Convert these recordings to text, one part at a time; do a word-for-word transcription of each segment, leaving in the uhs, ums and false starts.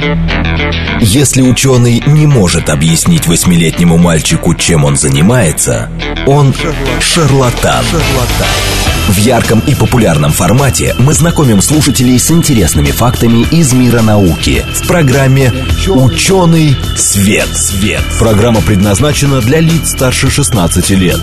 Если ученый не может объяснить восьмилетнему мальчику, чем он занимается, он шарлатан. В ярком и популярном формате мы знакомим слушателей с интересными фактами из мира науки в программе «Ученый свет». Свет. Программа предназначена для лиц старше шестнадцати лет.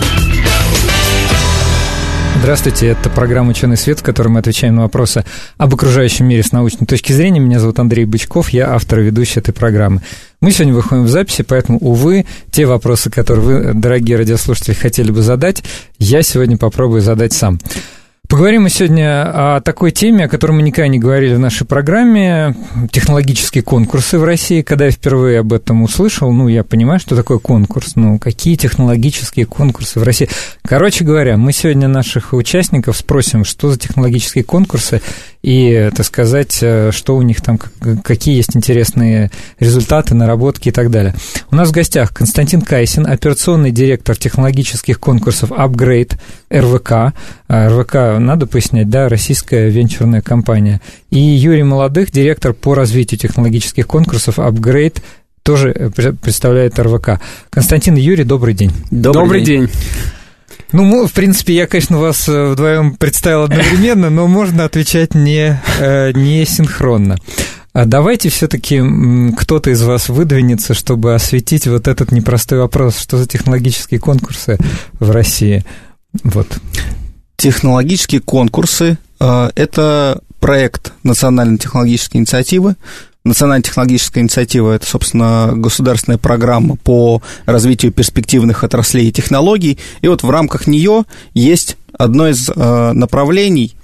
Здравствуйте, это программа «Ученый свет», в которой мы отвечаем на вопросы об окружающем мире с научной точки зрения. Меня зовут Андрей Бычков, я автор и ведущий этой программы. Мы сегодня выходим в записи, поэтому, увы, те вопросы, которые вы, дорогие радиослушатели, хотели бы задать, я сегодня попробую задать сам. Поговорим мы сегодня о такой теме, о которой мы никогда не говорили в нашей программе. Технологические конкурсы в России. Когда я впервые об этом услышал, ну, я понимаю, что такое конкурс. Ну, какие технологические конкурсы в России? Короче говоря, мы сегодня наших участников спросим, что за технологические конкурсы и, так сказать, что у них там, какие есть интересные результаты, наработки и так далее. У нас в гостях Константин Кайсин, операционный директор технологических конкурсов Upgrade эр вэ ка. эр вэ ка, надо пояснять, да, российская венчурная компания. И Юрий Молодых, директор по развитию технологических конкурсов Upgrade, тоже представляет эр вэ ка. Константин и Юрий, добрый день. Добрый, добрый день. день. Ну, в принципе, я, конечно, вас вдвоем представил одновременно, но можно отвечать не, не синхронно. А давайте все-таки кто-то из вас выдвинется, чтобы осветить вот этот непростой вопрос, что за технологические конкурсы в России. Вот. Технологические конкурсы – это проект национальной технологической инициативы. Национальная технологическая инициатива – это, собственно, государственная программа по развитию перспективных отраслей и технологий. И вот в рамках нее есть одно из э, направлений,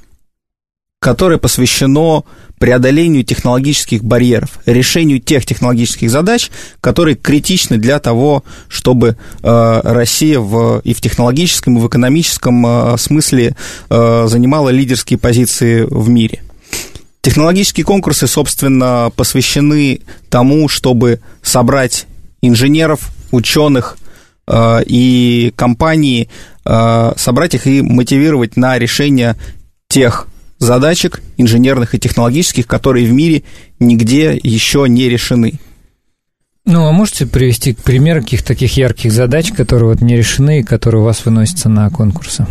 которое посвящено преодолению технологических барьеров, решению тех технологических задач, которые критичны для того, чтобы э, Россия в, и в технологическом, и в экономическом э, смысле э, занимала лидерские позиции в мире. Технологические конкурсы, собственно, посвящены тому, чтобы собрать инженеров, ученых э, и компании, э, собрать их и мотивировать на решение тех задачек инженерных и технологических, которые в мире нигде еще не решены. Ну, а можете привести пример каких-то таких ярких задач, которые вот не решены и которые у вас выносятся на конкурсы?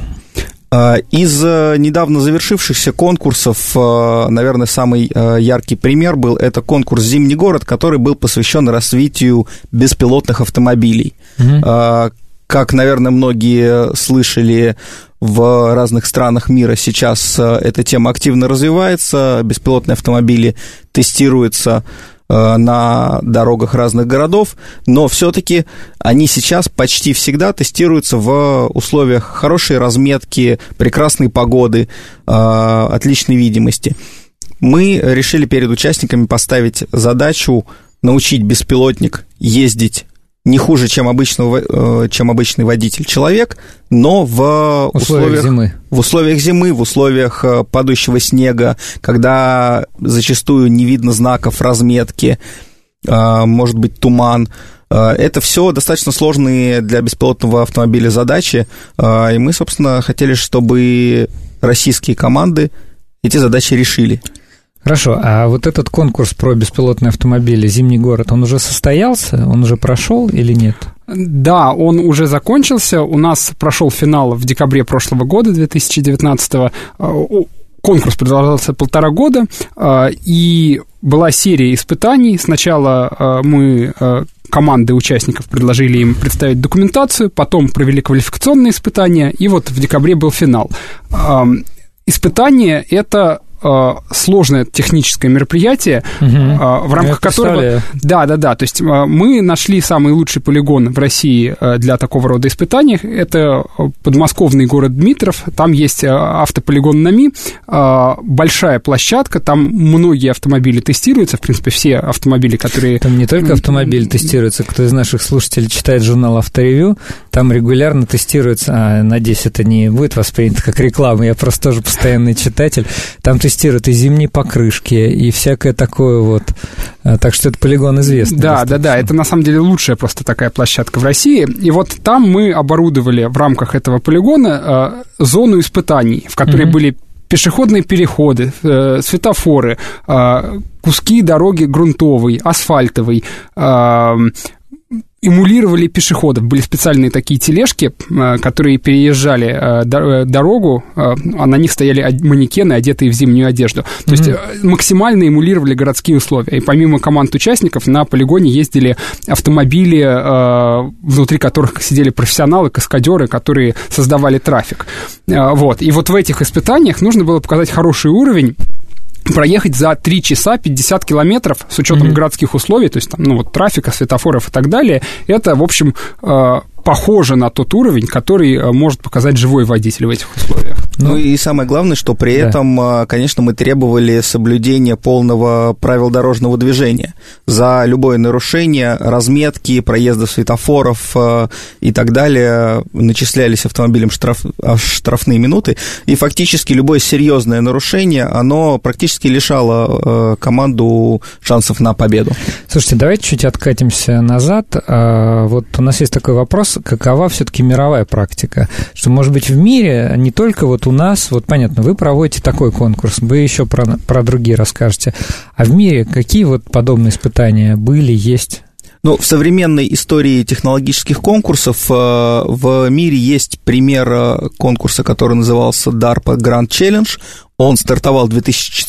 Из недавно завершившихся конкурсов, наверное, самый яркий пример был, это конкурс «Зимний город», который был посвящен развитию беспилотных автомобилей. Mm-hmm. Как, наверное, многие слышали, в разных странах мира сейчас эта тема активно развивается, беспилотные автомобили тестируются на дорогах разных городов, но все-таки они сейчас почти всегда тестируются в условиях хорошей разметки, прекрасной погоды, отличной видимости. Мы решили перед участниками поставить задачу научить беспилотник ездить не хуже, чем, обычного, чем обычный водитель-человек, но в условиях, условиях зимы. В условиях зимы, в условиях падающего снега, когда зачастую не видно знаков разметки, может быть, туман. Это все достаточно сложные для беспилотного автомобиля задачи, и мы, собственно, хотели, чтобы российские команды эти задачи решили. Хорошо, а вот этот конкурс про беспилотные автомобили «Зимний город», он уже состоялся, он уже прошел или нет? Да, он уже закончился, у нас прошел финал в декабре прошлого года, две тысячи девятнадцатого, конкурс продолжался полтора года, и была серия испытаний. Сначала мы команды участников предложили им представить документацию, потом провели квалификационные испытания, и вот в декабре был финал. Испытание – это сложное техническое мероприятие, угу. в рамках которого... Да, да, да. То есть мы нашли самый лучший полигон в России для такого рода испытаний. Это подмосковный город Дмитров. Там есть автополигон НАМИ, большая площадка, там многие автомобили тестируются, в принципе, все автомобили, которые... Там не только автомобили тестируются. Кто из наших слушателей читает журнал «Авторевью», там регулярно тестируется... А, надеюсь, это не будет воспринято как реклама, я просто тоже постоянный читатель. Там тестируют и зимние покрышки, и всякое такое вот. Так что это полигон известный. Да, да, да, это на самом деле лучшая просто такая площадка в России. И вот там мы оборудовали в рамках этого полигона зону испытаний, в которой mm-hmm. были пешеходные переходы, э, светофоры, э, куски дороги грунтовой, асфальтовой, э, эмулировали пешеходов. Были специальные такие тележки, которые переезжали дорогу, а на них стояли манекены, одетые в зимнюю одежду. То mm-hmm. есть максимально эмулировали городские условия. И помимо команд участников на полигоне ездили автомобили, внутри которых сидели профессионалы, каскадеры, которые создавали трафик. Вот. И вот в этих испытаниях нужно было показать хороший уровень, проехать за три часа пятьдесят километров с учетом mm-hmm. городских условий, то есть там, ну, вот, трафика, светофоров и так далее. Это, в общем, э, похоже на тот уровень, который может показать живой водитель в этих условиях. Ну, ну и самое главное, что при да. этом, конечно, мы требовали соблюдения полного правил дорожного движения. За любое нарушение разметки, проезда светофоров э, и так далее начислялись автомобилям штраф, штрафные минуты. И фактически любое серьезное нарушение, оно практически лишало э, команду шансов на победу. Слушайте, давайте чуть откатимся назад. А, вот у нас есть такой вопрос, какова все-таки мировая практика? Что, может быть, в мире, не только вот у нас, вот понятно, вы проводите такой конкурс, вы еще про, про другие расскажете, а в мире какие вот подобные испытания были, есть? Ну, в современной истории технологических конкурсов э, в мире есть пример конкурса, который назывался DARPA Grand Challenge. Он стартовал в две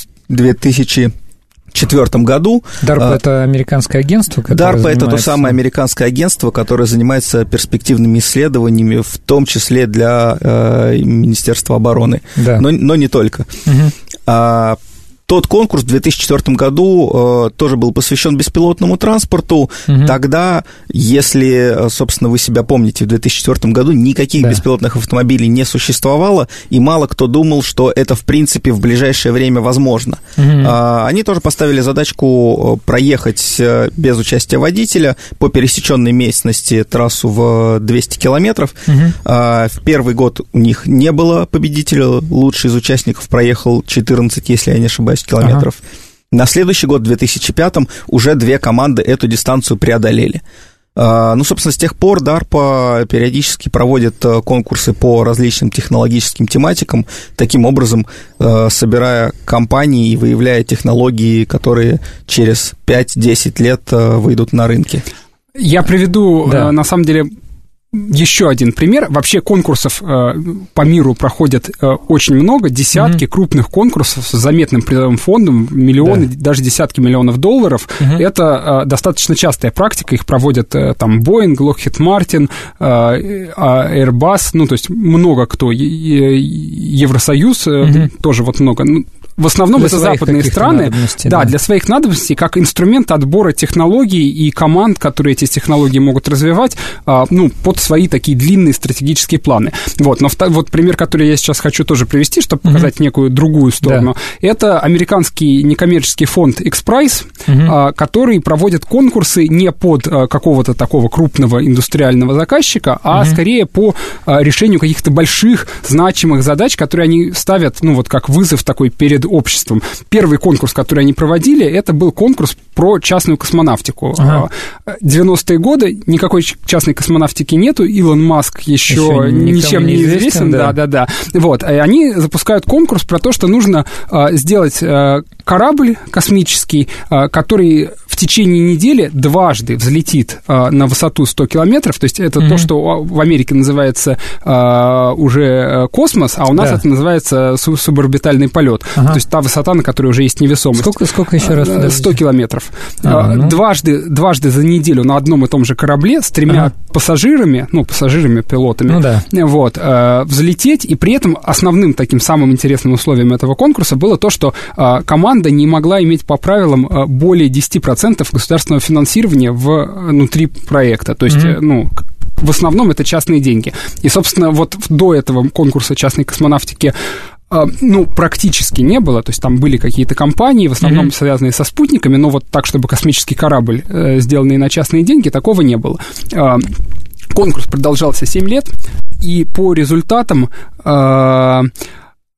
тысячи четвертом году. DARPA — это американское агентство, которое DARPA — занимается... это то самое американское агентство, которое занимается перспективными исследованиями, в том числе для э, Министерства обороны, да. но, но не только. Угу. А, Тот конкурс в две тысячи четвёртом году э, тоже был посвящен беспилотному транспорту. Угу. Тогда, если, собственно, вы себя помните, в две тысячи четвёртом году никаких да. беспилотных автомобилей не существовало, и мало кто думал, что это, в принципе, в ближайшее время возможно. Угу. Э, они тоже поставили задачку проехать без участия водителя по пересеченной местности трассу в двести километров. Угу. Э, в первый год у них не было победителя. Лучший из участников проехал четырнадцать, если я не ошибаюсь, километров. Ага. На следующий год, в две тысячи пятом, уже две команды эту дистанцию преодолели. Ну, собственно, с тех пор DARPA периодически проводит конкурсы по различным технологическим тематикам, таким образом собирая компании и выявляя технологии, которые через пять-десять лет выйдут на рынки. Я приведу, да. на самом деле, еще один пример. Вообще конкурсов э, по миру проходят э, очень много, десятки mm-hmm. крупных конкурсов с заметным призовым фондом, миллионы, да. даже десятки миллионов долларов. Mm-hmm. Это э, достаточно частая практика, их проводят э, там Boeing, Lockheed Martin, э, Airbus, ну, то есть много кто, Евросоюз, э, mm-hmm. тоже вот много. В основном для это западные страны, да, да, для своих надобностей, как инструмент отбора технологий и команд, которые эти технологии могут развивать, ну, под свои такие длинные стратегические планы. Вот, но вот пример, который я сейчас хочу тоже привести, чтобы mm-hmm. показать некую другую сторону, да. это американский некоммерческий фонд X-Prize, mm-hmm. который проводит конкурсы не под какого-то такого крупного индустриального заказчика, а mm-hmm. скорее по решению каких-то больших, значимых задач, которые они ставят, ну, вот как вызов такой перед обществом. Первый конкурс, который они проводили, это был конкурс про частную космонавтику. Ага. девяностые годы, никакой частной космонавтики нету, Илон Маск еще, еще ничем не известен. известен да. Да, да, да. Вот. И они запускают конкурс про то, что нужно а, сделать а, корабль космический, а, который в течение недели дважды взлетит а, на высоту сто километров, то есть это mm-hmm. то, что в Америке называется а, уже космос, а у нас да. это называется суборбитальный полет. Ага. То есть та высота, на которой уже есть невесомость. Сколько, сколько еще раз? сто километров. А, ну. дважды, дважды за неделю на одном и том же корабле с тремя ага. пассажирами, ну, пассажирами, пилотами, ну, да. вот, а, взлететь, и при этом основным таким самым интересным условием этого конкурса было то, что а, команда не могла иметь по правилам а, более десять процентов государственного финансирования внутри проекта. То есть, mm-hmm. ну, в основном это частные деньги. И, собственно, вот до этого конкурса частной космонавтики ну, практически не было, то есть там были какие-то компании, в основном mm-hmm. связанные со спутниками, но вот так, чтобы космический корабль, э, сделанный на частные деньги, такого не было. Э, конкурс продолжался семь лет, и по результатам э,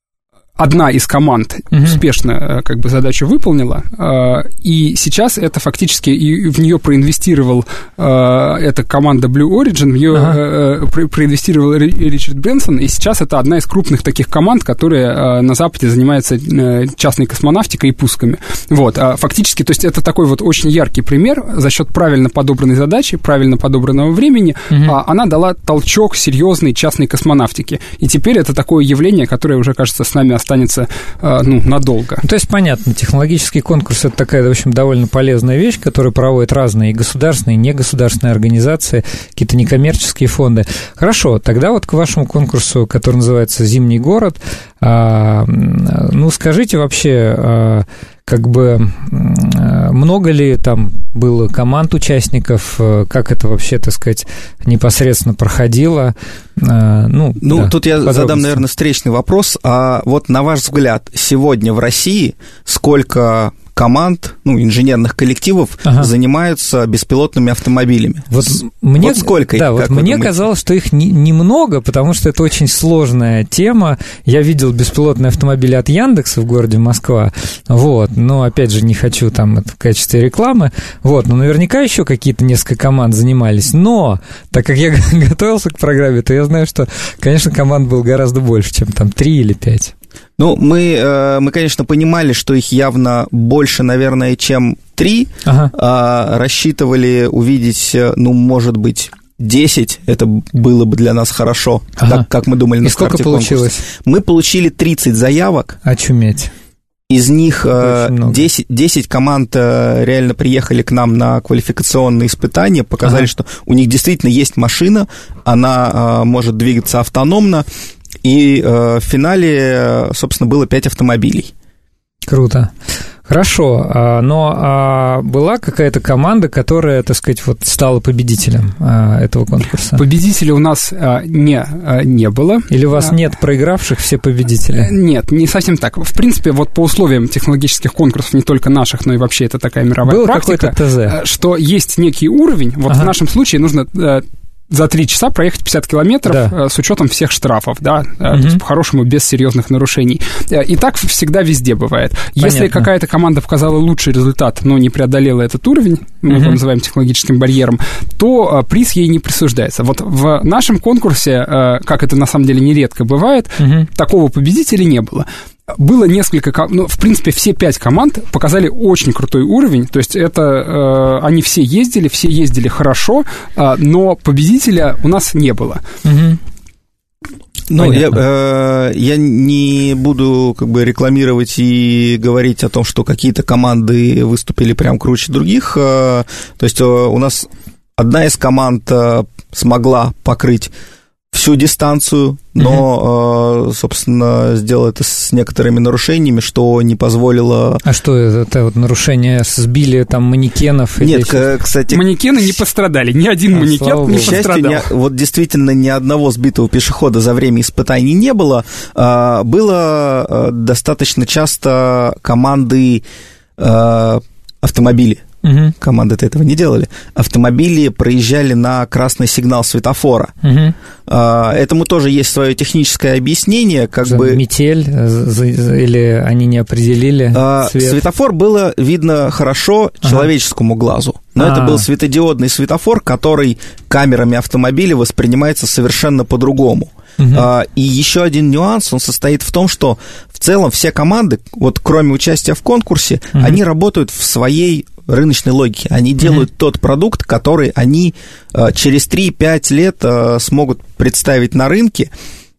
одна из команд uh-huh. успешно как бы задачу выполнила, и сейчас это фактически, и в нее проинвестировал эта команда Blue Origin, в нее uh-huh. проинвестировал Ричард Брэнсон, и сейчас это одна из крупных таких команд, которые на Западе занимаются частной космонавтикой и пусками. Вот, фактически, то есть это такой вот очень яркий пример, за счет правильно подобранной задачи, правильно подобранного времени, uh-huh. она дала толчок серьезной частной космонавтики, и теперь это такое явление, которое уже, кажется, с нами остается останется, ну, надолго. То есть, понятно, технологический конкурс – это такая, в общем, довольно полезная вещь, которую проводят разные и государственные, и негосударственные организации, какие-то некоммерческие фонды. Хорошо, тогда вот к вашему конкурсу, который называется «Зимний город», ну, скажите вообще, как бы много ли там было команд участников, как это вообще, так сказать, непосредственно проходило? Ну, ну да, тут я задам, наверное, встречный вопрос. А вот на ваш взгляд, сегодня в России сколько команд, ну, инженерных коллективов ага. занимаются беспилотными автомобилями? Вот, мне, вот сколько да, их? Вот мне казалось, что их немного, не потому что это очень сложная тема. Я видел беспилотные автомобили от Яндекса в городе Москва, вот, но, опять же, не хочу там это в качестве рекламы, вот, но наверняка еще какие-то несколько команд занимались, но, так как я готовился к программе, то я знаю, что, конечно, команд было гораздо больше, чем там три или пять. Ну, мы, мы, конечно, понимали, что их явно больше, наверное, чем три. Ага. А, рассчитывали увидеть, ну, может быть, десять. Это было бы для нас хорошо, ага. так как мы думали на старте конкурса. И сколько получилось? Мы получили тридцать заявок. Очуметь. Из них десять, десять команд реально приехали к нам на квалификационные испытания, показали, ага. что у них действительно есть машина, она может двигаться автономно. И э, в финале, собственно, было пять автомобилей. Круто. Хорошо, а, но а была какая-то команда, которая, так сказать, вот стала победителем а, этого конкурса? Победителей у нас а, не, а, не было. Или у вас а, нет проигравших, все победители? Нет, не совсем так. В принципе, вот по условиям технологических конкурсов, не только наших, но и вообще это такая мировая был практика, ТЗ. Что есть некий уровень, вот ага. в нашем случае нужно... за три часа проехать пятьдесят километров да. с учетом всех штрафов, да, угу. то есть по-хорошему без серьезных нарушений. И так всегда везде бывает. Понятно. Если какая-то команда показала лучший результат, но не преодолела этот уровень, мы угу. его называем технологическим барьером, то приз ей не присуждается. Вот в нашем конкурсе, как это на самом деле нередко бывает, угу. такого победителя не было. Было несколько, ну, в принципе, все пять команд показали очень крутой уровень, то есть это, э, они все ездили, все ездили хорошо, э, но победителя у нас не было. Угу. Ну, я, э, я не буду как бы рекламировать и говорить о том, что какие-то команды выступили прям круче других, э, то есть э, у нас одна из команд э, смогла покрыть всю дистанцию, но, uh-huh. собственно, сделал это с некоторыми нарушениями, что не позволило... А что это вот нарушение? Сбили там манекенов? Нет, к- кстати... Манекены не пострадали, ни один а, манекен не пострадал. Не, вот действительно ни одного сбитого пешехода за время испытаний не было. А, было достаточно часто команды а, автомобилей. Угу. Команды-то этого не делали. Автомобили проезжали на красный сигнал светофора. Угу. А, этому тоже есть свое техническое объяснение. Как За бы... метель или они не определили а, цвет? Светофор было видно хорошо человеческому ага. глазу. Но А-а-а. это был светодиодный светофор, который камерами автомобиля воспринимается совершенно по-другому. Угу. А, и еще один нюанс, он состоит в том, что в целом все команды, вот кроме участия в конкурсе, угу. они работают в своей рыночной логике. Они делают mm-hmm. тот продукт, который они э, через три-пять лет э, смогут представить на рынке.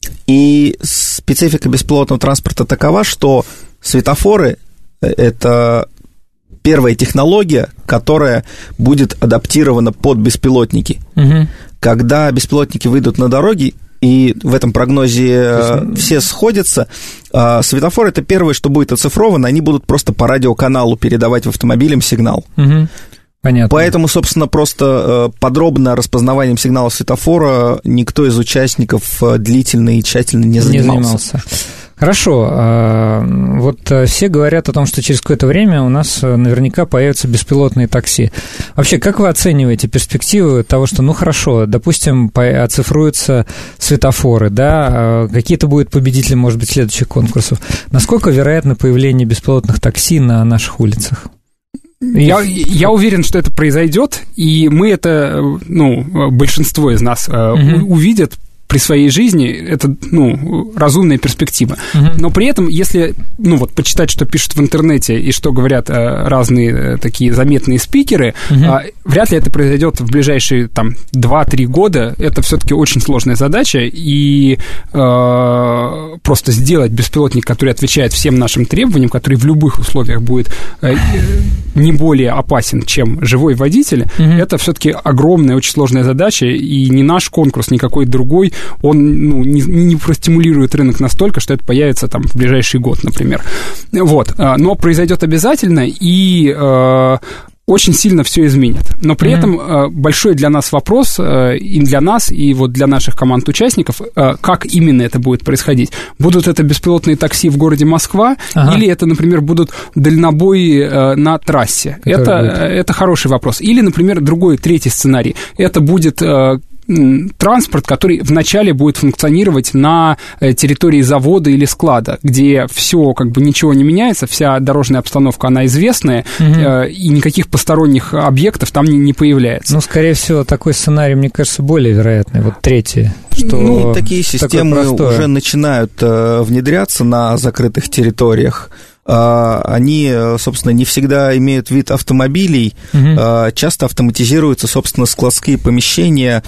И специфика беспилотного транспорта такова, что светофоры – это первая технология, которая будет адаптирована под беспилотники. Mm-hmm. Когда беспилотники выйдут на дороги, и в этом прогнозе есть... все сходятся. Светофор – это первое, что будет оцифровано, они будут просто по радиоканалу передавать в автомобилям сигнал. Угу. Понятно. Поэтому, собственно, просто подробно распознаванием сигнала светофора никто из участников длительно и тщательно не занимался. Не занимался. Хорошо. Вот все говорят о том, что через какое-то время у нас наверняка появятся беспилотные такси. Вообще, как вы оцениваете перспективы того, что, ну, хорошо, допустим, оцифруются светофоры, да, какие-то будут победители, может быть, следующих конкурсов. Насколько вероятно появление беспилотных такси на наших улицах? Я, я уверен, что это произойдет, и мы это, ну, большинство из нас mm-hmm. увидят при своей жизни. Это, ну, разумная перспектива. Uh-huh. Но при этом, если, ну, вот, почитать, что пишут в интернете и что говорят а, разные а, такие заметные спикеры, uh-huh. а, вряд ли это произойдет в ближайшие, там, два-три года. Это все-таки очень сложная задача, и а, просто сделать беспилотник, который отвечает всем нашим требованиям, который в любых условиях будет а, не более опасен, чем живой водитель, uh-huh. это все-таки огромная, очень сложная задача, и ни наш конкурс, ни какой другой он, ну, не, не простимулирует рынок настолько, что это появится там в ближайший год, например. Вот. Но произойдет обязательно, и э, очень сильно все изменит. Но при mm-hmm. этом э, большой для нас вопрос, э, и для нас, и вот для наших команд-участников, э, как именно это будет происходить. Будут это беспилотные такси в городе Москва, ага. или это, например, будут дальнобои э, на трассе? Это, это хороший вопрос. Или, например, другой, третий сценарий. Это будет... Э, транспорт, который вначале будет функционировать на территории завода или склада, где все, как бы, ничего не меняется, вся дорожная обстановка, она известная, угу. и никаких посторонних объектов там не, не появляется. Ну, скорее всего, такой сценарий, мне кажется, более вероятный. Вот третий. Что ну, такие системы уже начинают э, внедряться на закрытых территориях. Они, собственно, не всегда имеют вид автомобилей, угу. часто автоматизируются, собственно, складские помещения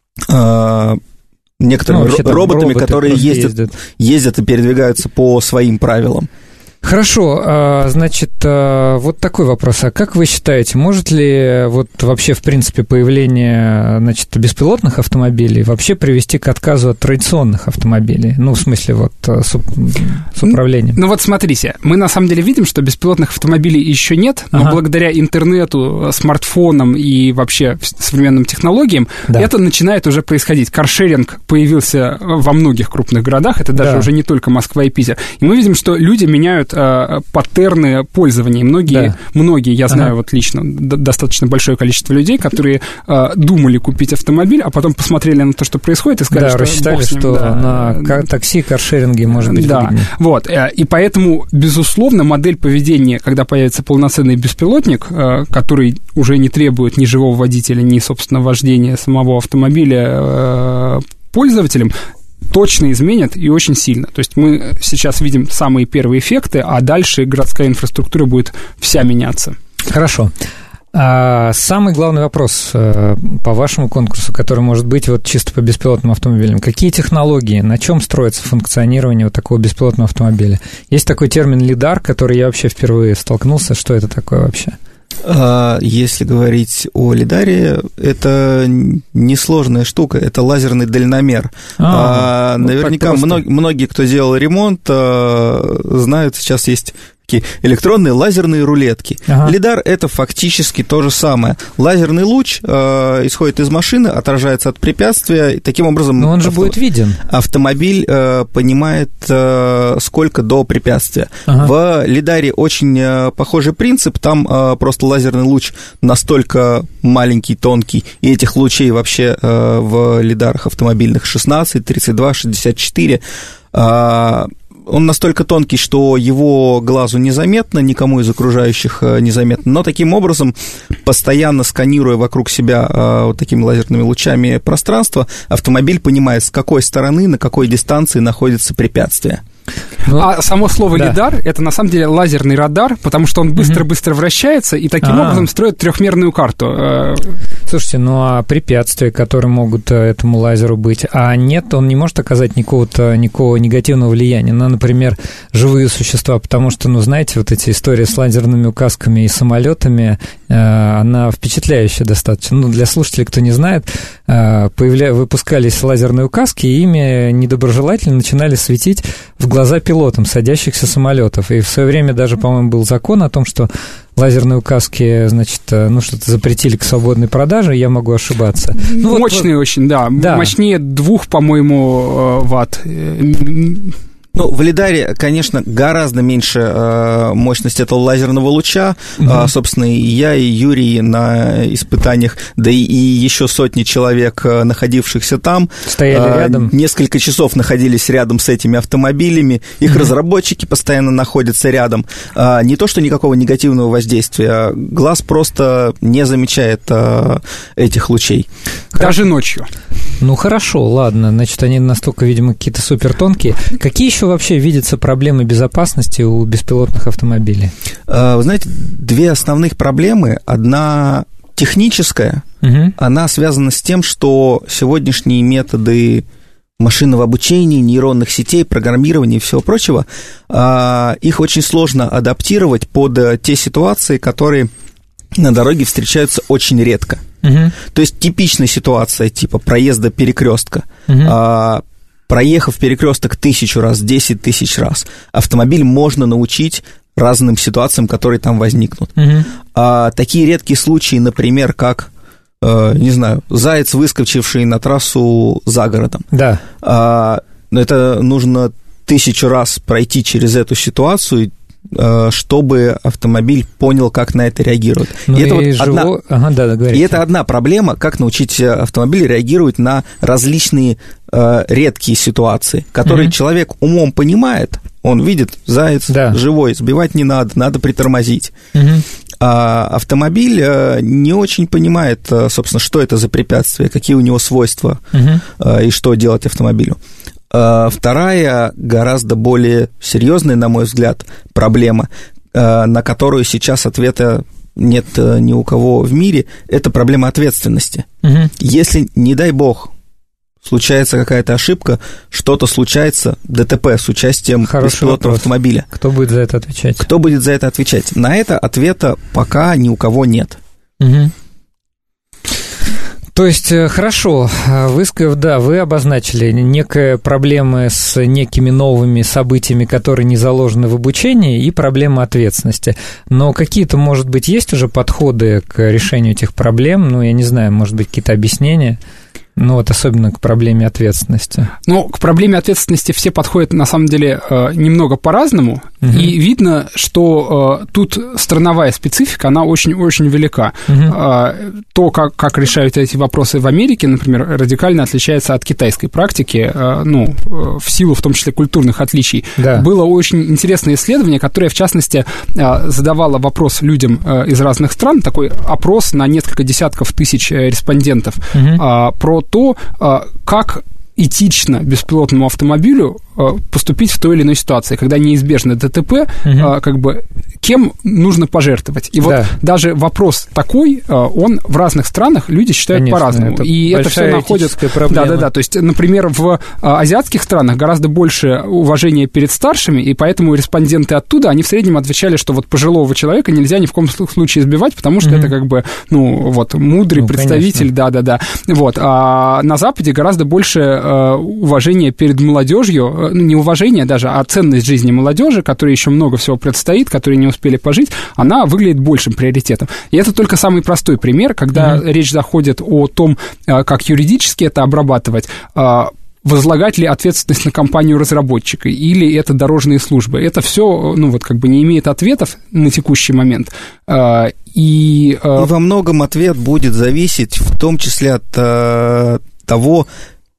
некоторыми ну, роботами, которые ездят, ездят. ездят и передвигаются по своим правилам. Хорошо, значит, вот такой вопрос. А как вы считаете, может ли вот вообще, в принципе, появление, значит, беспилотных автомобилей вообще привести к отказу от традиционных автомобилей? Ну, в смысле, вот, с, с управлением. Ну, вот смотрите, мы на самом деле видим, что беспилотных автомобилей еще нет, но ага. благодаря интернету, смартфонам и вообще современным технологиям да. это начинает уже происходить. Каршеринг появился во многих крупных городах, это даже да. уже не только Москва и Питер. И мы видим, что люди меняют паттерны пользования. Многие, да. многие, я знаю ага. вот лично достаточно большое количество людей, которые э, думали купить автомобиль, а потом посмотрели на то, что происходит, и сказали, да, что рассчитали, что да, на да, такси, каршеринге может быть да, выгоднее. Вот, э, и поэтому, безусловно, модель поведения, когда появится полноценный беспилотник, э, который уже не требует ни живого водителя, ни, собственно, вождения самого автомобиля э, пользователем, точно изменят и очень сильно. То есть мы сейчас видим самые первые эффекты, а дальше городская инфраструктура будет вся меняться. Хорошо. А самый главный вопрос по вашему конкурсу, который может быть вот чисто по беспилотным автомобилям. Какие технологии, на чем строится функционирование вот такого беспилотного автомобиля? Есть такой термин лидар, который я вообще впервые столкнулся. Что это такое вообще? Если говорить о лидаре, это несложная штука, это лазерный дальномер. А, а, вот наверняка мног, многие, кто делал ремонт, знают, сейчас есть такие электронные лазерные рулетки. Ага. Лидар – это фактически то же самое. Лазерный луч э, исходит из машины, отражается от препятствия, и таким образом… Но он же авто... будет виден. Автомобиль э, понимает, э, сколько до препятствия. Ага. В лидаре очень э, похожий принцип, там э, просто лазерный луч настолько маленький, тонкий, и этих лучей вообще э, в лидарах автомобильных шестнадцать, тридцать два, шестьдесят четыре, э, он настолько тонкий, что его глазу незаметно, никому из окружающих незаметно, но таким образом, постоянно сканируя вокруг себя вот такими лазерными лучами пространство, автомобиль понимает, с какой стороны, на какой дистанции находится препятствие. Ну, а само слово да. лидар — это на самом деле лазерный радар, потому что он быстро-быстро угу. вращается и таким А-а-а. образом строит трехмерную карту. Слушайте, ну а препятствия, которые могут этому лазеру быть, а нет, он не может оказать никакого-то, никакого негативного влияния на, например, живые существа, потому что, ну, знаете, вот эти истории с лазерными указками и самолетами, она впечатляющая достаточно. Ну, для слушателей, кто не знает, появля... выпускались лазерные указки, и ими недоброжелательно начинали светить в глаза пилотам садящихся самолетов. И в свое время даже, по-моему, был закон о том, что лазерные указки, значит, ну, что-то запретили к свободной продаже, я могу ошибаться. Ну, мощные вот, очень, да. да. Мощнее двух, по-моему, ватт. Ну, в лидаре, конечно, гораздо меньше э, мощность этого лазерного луча. Угу. А, собственно, и я, и Юрий на испытаниях, да и, и еще сотни человек, находившихся там, стояли э, рядом. Несколько часов находились рядом с этими автомобилями. Их угу. разработчики постоянно находятся рядом. А, не то, что никакого негативного воздействия, глаз просто не замечает а, этих лучей. Даже ночью. Ну, хорошо, ладно. Значит, они настолько, видимо, какие-то супертонкие. Какие еще вообще видятся проблемы безопасности у беспилотных автомобилей? Вы знаете, две основных проблемы. Одна техническая, угу. она связана с тем, что сегодняшние методы машинного обучения, нейронных сетей, программирования и всего прочего, их очень сложно адаптировать под те ситуации, которые на дороге встречаются очень редко. Угу. То есть типичная ситуация типа проезда перекрестка. Угу. Проехав перекресток тысячу раз, десять тысяч раз, автомобиль можно научить разным ситуациям, которые там возникнут. Угу. А такие редкие случаи, например, как, э, не знаю, заяц, выскочивший на трассу за городом. Да. А, это нужно тысячу раз пройти через эту ситуацию, чтобы автомобиль понял, как на это реагировать. Ну и и это, вот живо... одна... ага, да, да, и это одна проблема, как научить автомобиль реагировать на различные э, редкие ситуации, которые mm-hmm. человек умом понимает, он видит, заяц да. живой, сбивать не надо, надо притормозить. Mm-hmm. А автомобиль э, не очень понимает, собственно, что это за препятствие, какие у него свойства mm-hmm. э, и что делать автомобилю. Вторая, гораздо более серьезная, на мой взгляд, проблема, на которую сейчас ответа нет ни у кого в мире, это проблема ответственности. Угу. Если, не дай бог, случается какая-то ошибка, что-то случается, ДТП с участием Хороший беспилотного вопрос. автомобиля. Кто будет за это отвечать? Кто будет за это отвечать? На это ответа пока ни у кого нет. Угу. То есть, хорошо, вы, да, вы обозначили некие проблемы с некими новыми событиями, которые не заложены в обучении, и проблема ответственности. Но какие-то, может быть, есть уже подходы к решению этих проблем? Ну, я не знаю, может быть, какие-то объяснения? Ну, вот особенно к проблеме ответственности. Ну, к проблеме ответственности все подходят, на самом деле, немного по-разному, угу. и видно, что тут страновая специфика, она очень-очень велика. Угу. То, как, как решают эти вопросы в Америке, например, радикально отличается от китайской практики, ну, в силу, в том числе, культурных отличий. Да. Было очень интересное исследование, которое, в частности, задавало вопрос людям из разных стран, такой опрос на несколько десятков тысяч респондентов, угу. про то, как этично беспилотному автомобилю поступить в той или иной ситуации, когда неизбежно ДТП, угу. как бы кем нужно пожертвовать. И да. вот даже вопрос такой, он в разных странах люди считают Конечно, по-разному. Это и это все находит... Да-да-да, то есть, например, в азиатских странах гораздо больше уважения перед старшими, и поэтому респонденты оттуда, они в среднем отвечали, что вот пожилого человека нельзя ни в коем случае избивать, потому что mm-hmm. это как бы, ну, вот, мудрый ну, представитель, да-да-да. Вот. А на Западе гораздо больше э, уважения перед молодежью, ну, не уважение даже, а ценность жизни молодежи, которой еще много всего предстоит, которые не успели пожить, она выглядит большим приоритетом. И это только самый простой пример, когда mm-hmm. речь заходит о том, как юридически это обрабатывать, возлагать ли ответственность на компанию-разработчика, или это дорожные службы. Это все, ну, вот как бы не имеет ответов на текущий момент. И, и во многом ответ будет зависеть в том числе от э, того,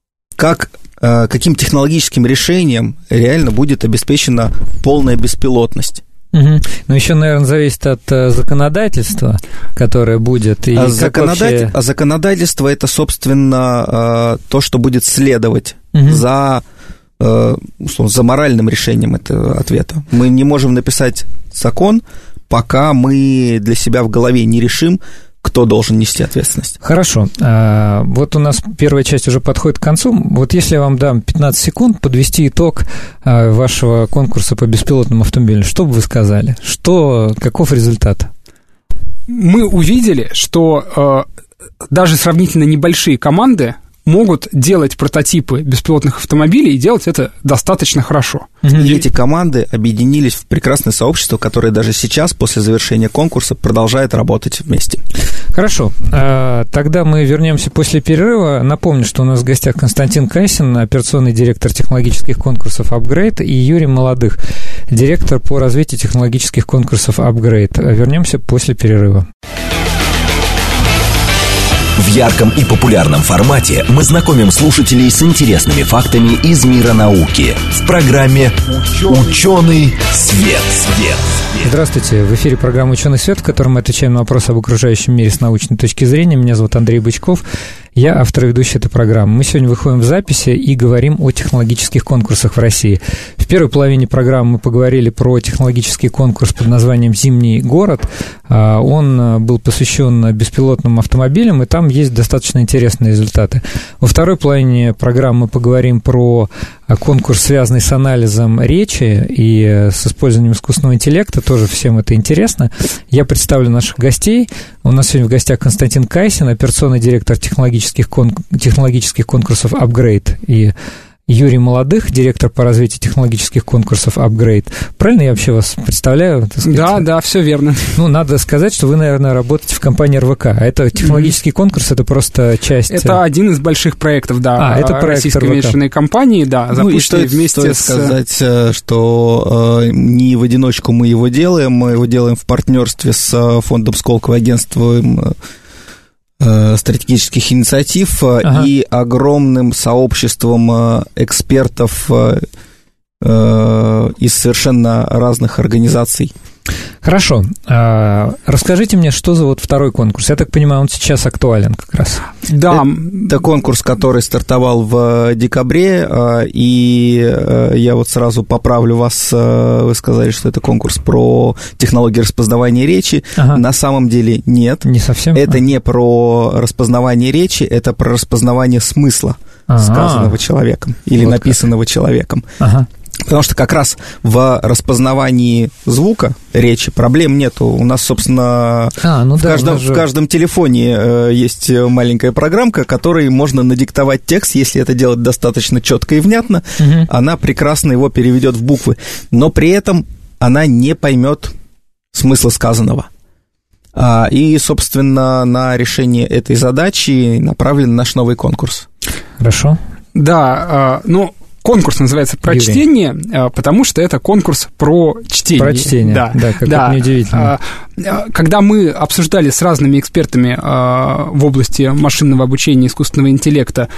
как, э, каким технологическим решением реально будет обеспечена полная беспилотность. Угу. Но еще, наверное, зависит от uh, законодательства, которое будет. И а, законодатель... вообще... а законодательство – это, собственно, uh, то, что будет следовать угу. за, uh, условно, за моральным решением этого ответа. Мы не можем написать закон, пока мы для себя в голове не решим, кто должен нести ответственность. Хорошо. А, вот у нас первая часть уже подходит к концу. Вот если я вам дам пятнадцать секунд подвести итог а, вашего конкурса по беспилотным автомобилям, что бы вы сказали? Что, каков результат? Мы увидели, что а, даже сравнительно небольшие команды могут делать прототипы беспилотных автомобилей и делать это достаточно хорошо. И эти команды объединились в прекрасное сообщество, которое даже сейчас, после завершения конкурса, продолжает работать вместе. Хорошо. Тогда мы вернемся после перерыва. Напомню, что у нас в гостях Константин Кайсин, операционный директор технологических конкурсов «Апгрейд», и Юрий Молодых, директор по развитию технологических конкурсов «Апгрейд». Вернемся после перерыва. В ярком и популярном формате мы знакомим слушателей с интересными фактами из мира науки в программе «Ученый свет». свет. Здравствуйте, в эфире программа «Ученый свет», в которой мы отвечаем на вопросы об окружающем мире с научной точки зрения. Меня зовут Андрей Бычков, я автор и ведущий этой программы. Мы сегодня выходим в записи и говорим о технологических конкурсах в России. В первой половине программы мы поговорили про технологический конкурс под названием «Зимний город». Он был посвящен беспилотным автомобилям, и там есть достаточно интересные результаты. Во второй половине программы мы поговорим про конкурс, связанный с анализом речи и с использованием искусственного интеллекта. Тоже всем это интересно. Я представлю наших гостей. У нас сегодня в гостях Константин Кайсин, операционный директор технологических, кон... технологических конкурсов «Апгрейд», и Юрий Молодых, директор по развитию технологических конкурсов «Апгрейд». Правильно я вообще вас представляю? Так сказать? Да, да, все верно. Ну, надо сказать, что вы, наверное, работаете в компании эр вэ ка. А это технологический mm-hmm. конкурс, это просто часть... Это один из больших проектов, да, а, это проект российской эр вэ ка. Венчурной компании, да, запущенный ну, и стоит, вместе стоит с... сказать, что э, не в одиночку мы его делаем, мы его делаем в партнерстве с фондом Сколково, агентством стратегических инициатив ага. и огромным сообществом экспертов из совершенно разных организаций. Хорошо. Расскажите мне, что за вот второй конкурс? Я так понимаю, он сейчас актуален как раз. Да. Это конкурс, который стартовал в декабре, и я вот сразу поправлю вас. Вы сказали, что это конкурс про технологии распознавания речи. Ага. На самом деле нет. Не совсем? Это а. не про распознавание речи, это про распознавание смысла ага. сказанного человеком или вот написанного как. человеком. Ага. Потому что как раз в распознавании звука речи проблем нету. У нас, собственно, а, ну в, да, каждом, же... в каждом телефоне э, есть маленькая программка, которой можно надиктовать текст, если это делать достаточно четко и внятно, угу. она прекрасно его переведет в буквы. Но при этом она не поймет смысла сказанного. А, и, собственно, на решение этой задачи направлен наш новый конкурс. Хорошо. Да, э, ну... Конкурс называется «Прочтение», Юрий. Потому что это конкурс про чтение. Про чтение, да, да как да. неудивительно. Когда мы обсуждали с разными экспертами в области машинного обучения и искусственного интеллекта,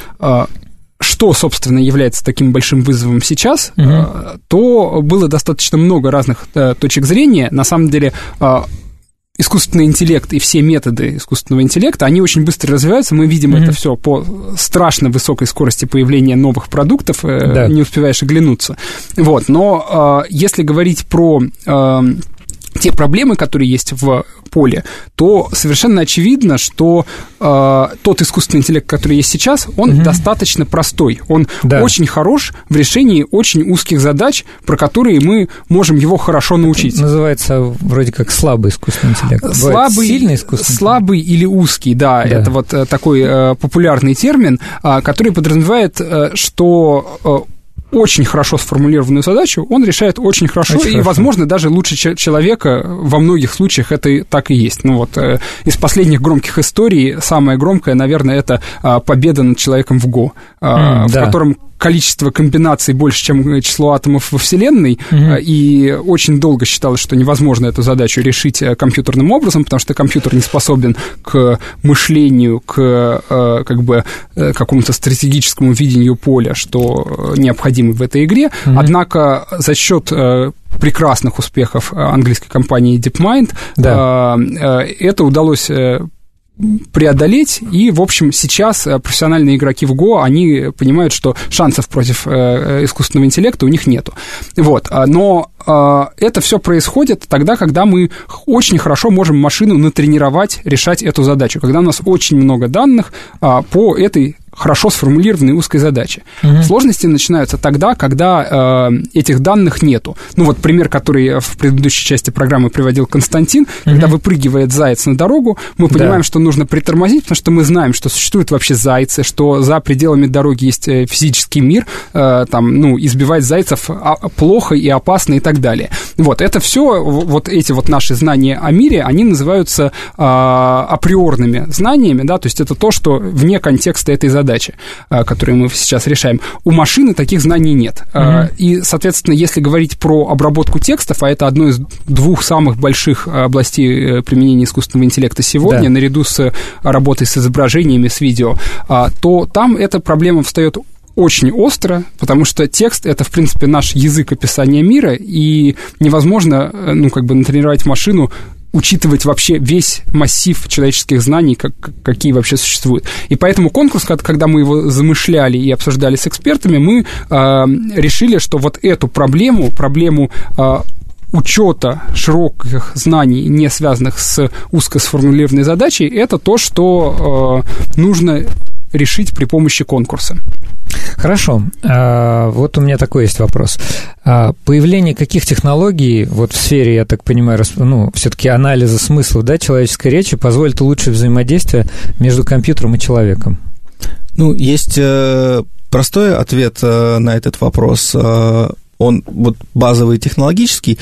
что, собственно, является таким большим вызовом сейчас, угу. то было достаточно много разных точек зрения. На самом деле... искусственный интеллект и все методы искусственного интеллекта, они очень быстро развиваются, мы видим mm-hmm. это все по страшно высокой скорости появления новых продуктов, да. не успеваешь оглянуться. Вот. Но э, если говорить про... Э, те проблемы, которые есть в поле, то совершенно очевидно, что э, тот искусственный интеллект, который есть сейчас, он угу. достаточно простой. Он да. очень хорош в решении очень узких задач, про которые мы можем его хорошо научить. Это называется вроде как слабый искусственный интеллект. Слабый, сильный искусственный слабый или узкий, да, да. Это вот такой э, популярный термин, э, который подразумевает, э, что... Э, очень хорошо сформулированную задачу он решает очень хорошо, очень и, хорошо. возможно, даже лучше человека во многих случаях это так и есть. Ну вот, э, из последних громких историй самая громкая, наверное, это э, победа над человеком в Го, э, mm, в да. котором количество комбинаций больше, чем число атомов во Вселенной, mm-hmm. и очень долго считалось, что невозможно эту задачу решить компьютерным образом, потому что компьютер не способен к мышлению, к как бы какому-то стратегическому видению поля, что необходимо в этой игре. Mm-hmm. Однако за счет прекрасных успехов английской компании DeepMind да. это удалось преодолеть, и, в общем, сейчас профессиональные игроки в Го, они понимают, что шансов против э, искусственного интеллекта у них нету. Вот, но э, это все происходит тогда, когда мы очень хорошо можем машину натренировать решать эту задачу, когда у нас очень много данных э, по этой хорошо сформулированной узкой задачи. Mm-hmm. Сложности начинаются тогда, когда э, этих данных нету. Ну вот пример, который в предыдущей части программы приводил Константин, mm-hmm. когда выпрыгивает заяц на дорогу, мы понимаем, да. что нужно притормозить, потому что мы знаем, что существуют вообще зайцы, что за пределами дороги есть физический мир, э, там, ну, избивать зайцев плохо и опасно и так далее. Вот, это все, вот эти вот наши знания о мире, они называются э, априорными знаниями, да, то есть это то, что вне контекста этой задачи, э, которую мы сейчас решаем. У машины таких знаний нет. Mm-hmm. Э, и, соответственно, если говорить про обработку текстов, а это одно из двух самых больших областей применения искусственного интеллекта сегодня, да. наряду с работой с изображениями, с видео, э, то там эта проблема встает очень остро, потому что текст — это, в принципе, наш язык описания мира, и невозможно, ну, как бы натренировать машину учитывать вообще весь массив человеческих знаний, как, какие вообще существуют. И поэтому конкурс, когда мы его замышляли и обсуждали с экспертами, мы э, решили, что вот эту проблему, проблему э, учета широких знаний, не связанных с узко сформулированной задачей, это то, что э, нужно решить при помощи конкурса. Хорошо. Вот у меня такой есть вопрос. Появление каких технологий вот в сфере, я так понимаю, ну, все-таки анализа смыслов, да, человеческой речи позволит улучшить взаимодействие между компьютером и человеком? Ну, есть простой ответ на этот вопрос. Он вот базовый технологический.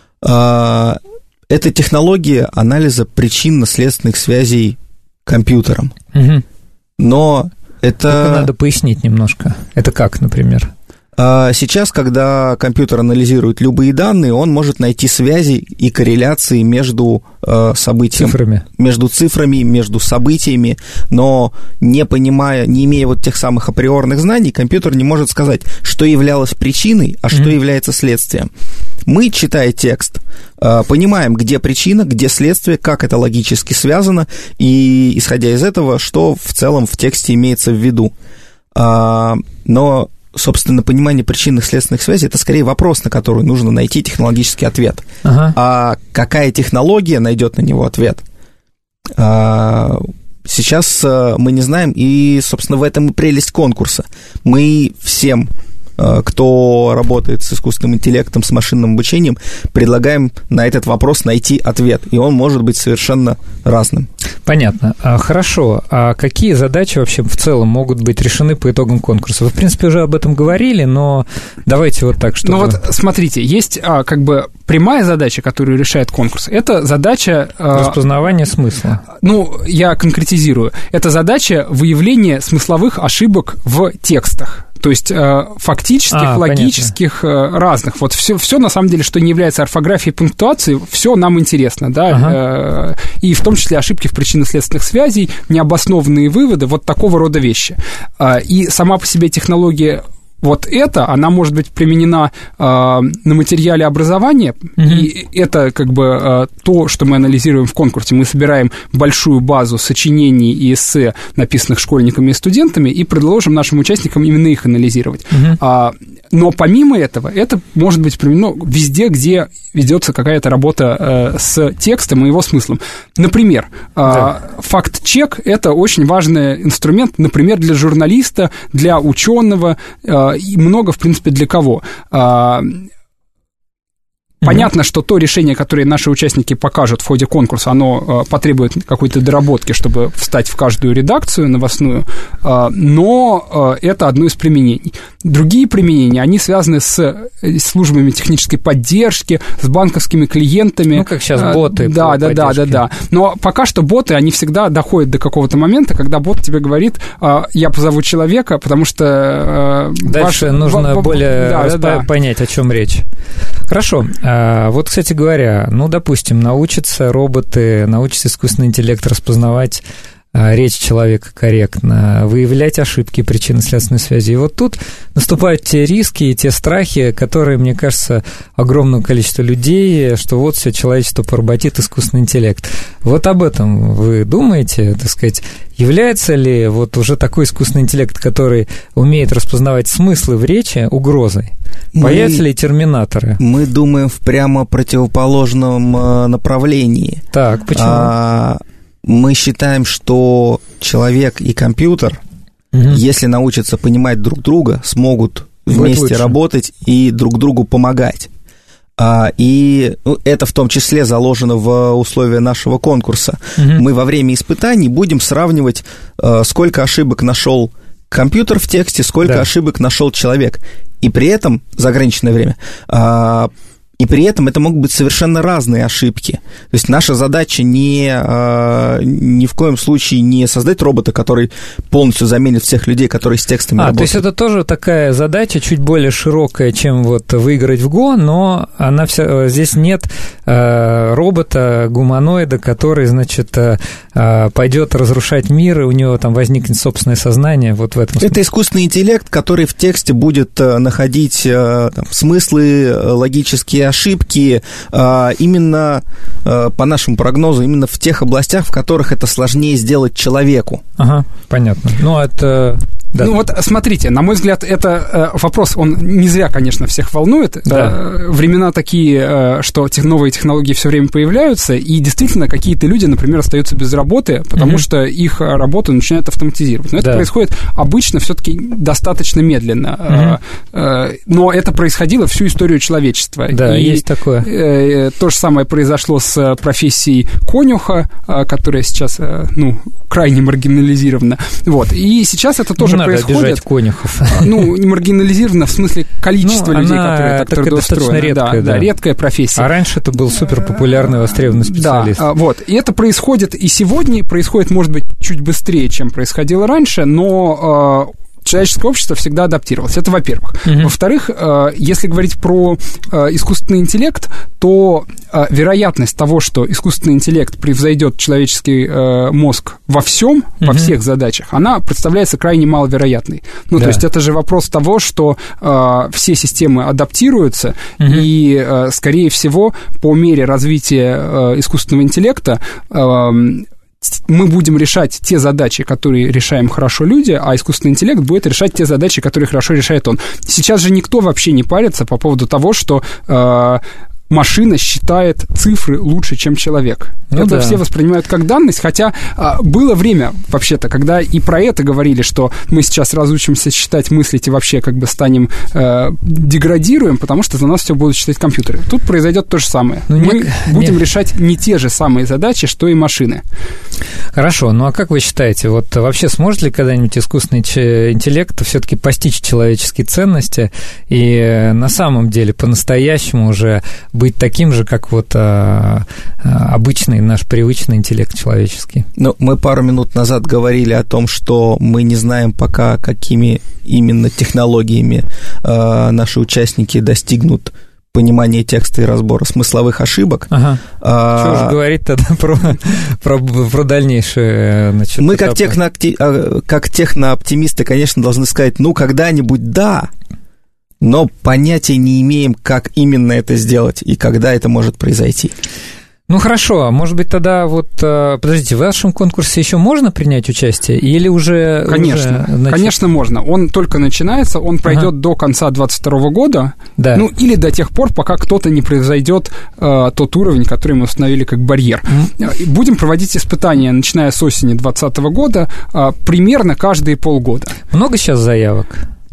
Это технология анализа причинно-следственных связей компьютером. Угу. Но это... Только надо пояснить немножко. Это как, например? Сейчас, когда компьютер анализирует любые данные, он может найти связи и корреляции между событиями. Цифрами. Между цифрами, между событиями, но не понимая, не имея вот тех самых априорных знаний, компьютер не может сказать, что являлось причиной, а mm-hmm. что является следствием. Мы, читая текст, понимаем, где причина, где следствие, как это логически связано, и, исходя из этого, что в целом в тексте имеется в виду. Но собственно, понимание причинных следственных связей — это скорее вопрос, на который нужно найти технологический ответ. Ага. А какая технология найдет на него ответ? Сейчас мы не знаем, и, собственно, в этом и прелесть конкурса. Мы всем, кто работает с искусственным интеллектом, с машинным обучением, предлагаем на этот вопрос найти ответ, и он может быть совершенно разным. Понятно. Хорошо. А какие задачи вообще в целом могут быть решены по итогам конкурса? Вы, в принципе, уже об этом говорили, но давайте вот так, чтобы... Ну вот, смотрите, есть как бы прямая задача, которую решает конкурс. Это задача... Распознавание смысла. Ну, я конкретизирую. Это задача выявления смысловых ошибок в текстах. То есть фактических, а, логических, понятно. Разных. Вот все, все, на самом деле, что не является орфографией и пунктуацией, все нам интересно, да, ага. И в том числе ошибки в причинно-следственных связей, необоснованные выводы, вот такого рода вещи. И сама по себе технология вот эта, она может быть применена э, на материале образования, mm-hmm. и это как бы э, то, что мы анализируем в конкурсе. Мы собираем большую базу сочинений и эссе, написанных школьниками и студентами, и предложим нашим участникам именно их анализировать. Mm-hmm. А, но помимо этого, это может быть применено везде, где ведется какая-то работа э, с текстом и его смыслом. Например, э, yeah. факт-чек — это очень важный инструмент, например, для журналиста, для ученого, э, и много, в принципе, для кого. Понятно, что то решение, которое наши участники покажут в ходе конкурса, оно э, потребует какой-то доработки, чтобы встать в каждую редакцию новостную, э, но э, это одно из применений. Другие применения, они связаны с службами технической поддержки, с банковскими клиентами. Ну, как сейчас боты. Да, да, да, да, да. Но пока что боты, они всегда доходят до какого-то момента, когда бот тебе говорит, э, я позову человека, потому что... Э, Дальше ваш... нужно в, более да, распо... да, да. понять, о чем речь. Хорошо. Вот, кстати говоря, ну, допустим, научатся роботы, научится искусственный интеллект распознавать речь человека корректно, выявлять ошибки причинно-следственной связи. И вот тут наступают те риски и те страхи, которые, мне кажется, огромного количества людей, что вот все человечество поработит искусственный интеллект. Вот об этом вы думаете, так сказать, является ли вот уже такой искусственный интеллект, который умеет распознавать смыслы в речи, угрозой? Появятся ли терминаторы? Мы думаем в прямо противоположном направлении. Так, почему? А, мы считаем, что человек и компьютер угу. если научатся понимать друг друга, смогут вместе работать и друг другу помогать. И ну, это в том числе заложено в условия нашего конкурса. Угу. Мы во время испытаний будем сравнивать, сколько ошибок нашел компьютер в тексте, сколько да. ошибок нашел человек. И при этом, за ограниченное время, и при этом это могут быть совершенно разные ошибки. То есть наша задача не, ни в коем случае не создать робота, который полностью заменит всех людей, которые с текстами а, работают. То есть это тоже такая задача чуть более широкая, чем вот выиграть в Го, но она вся, здесь нет робота, гуманоида, который, значит, пойдет разрушать мир, и у него там возникнет собственное сознание. Вот в этом смысле. Это искусственный интеллект, который в тексте будет находить там, смыслы логические, ошибки именно, по нашему прогнозу, именно в тех областях, в которых это сложнее сделать человеку. Ага, понятно. Ну, это... Да. Ну вот смотрите, на мой взгляд, это э, вопрос, он не зря, конечно, всех волнует. Да. Э, времена такие, э, что тех, новые технологии все время появляются, и действительно какие-то люди, например, остаются без работы, потому mm-hmm. что их работу начинают автоматизировать. Но да. это происходит обычно все-таки достаточно медленно. Mm-hmm. Э, э, но это происходило всю историю человечества. Да, и, есть такое. Э, э, то же самое произошло с профессией конюха, э, которая сейчас, э, ну, крайне маргинализирована. Вот. И сейчас это тоже надо происходит. Обижать конюхов. Ну, не маргинализировано в смысле количества ну, людей, которые так трудоустроены. Редкая, да, да. да, редкая профессия. А раньше это был суперпопулярный, востребованный специалист. Да, вот. И это происходит и сегодня, происходит, может быть, чуть быстрее, чем происходило раньше, но... человеческое общество всегда адаптировалось. Это во-первых. Uh-huh. Во-вторых, если говорить про искусственный интеллект, то вероятность того, что искусственный интеллект превзойдет человеческий мозг во всем, uh-huh. во всех задачах, она представляется крайне маловероятной. Ну, да. то есть это же вопрос того, что все системы адаптируются, uh-huh. и, скорее всего, по мере развития искусственного интеллекта мы будем решать те задачи, которые решаем хорошо люди, а искусственный интеллект будет решать те задачи, которые хорошо решает он. Сейчас же никто вообще не парится по поводу того, что э, машина считает цифры лучше, чем человек. Ну, это да. все воспринимают как данность, хотя а, было время, вообще-то, когда и про это говорили, что мы сейчас разучимся считать, мыслить и вообще как бы станем э, деградируем, потому что за нас все будут считать компьютеры. Тут произойдет то же самое. Ну, мы не, будем не... решать не те же самые задачи, что и машины. Хорошо, ну а как вы считаете, вот вообще сможет ли когда-нибудь искусственный интеллект все-таки постичь человеческие ценности и на самом деле по-настоящему уже быть таким же, как вот а, а, обычный наш привычный интеллект человеческий? Ну, мы пару минут назад говорили о том, что мы не знаем пока, какими именно технологиями а, наши участники достигнут понимания текста и разбора смысловых ошибок. Ага. А, что же говорить тогда про, про, про дальнейшее? Значит, мы, как, техно, как технооптимисты, конечно, должны сказать, ну, когда-нибудь да, но понятия не имеем, как именно это сделать и когда это может произойти. Ну, хорошо, может быть, тогда вот... Подождите, в вашем конкурсе еще можно принять участие? Или уже... Конечно, уже, значит... конечно, можно. Он только начинается, он пройдет ага. до конца двадцать второго года, да. ну, или до тех пор, пока кто-то не превзойдет э, тот уровень, который мы установили как барьер. Mm. Будем проводить испытания, начиная с осени двадцатого года, э, примерно каждые полгода. Много сейчас заявок?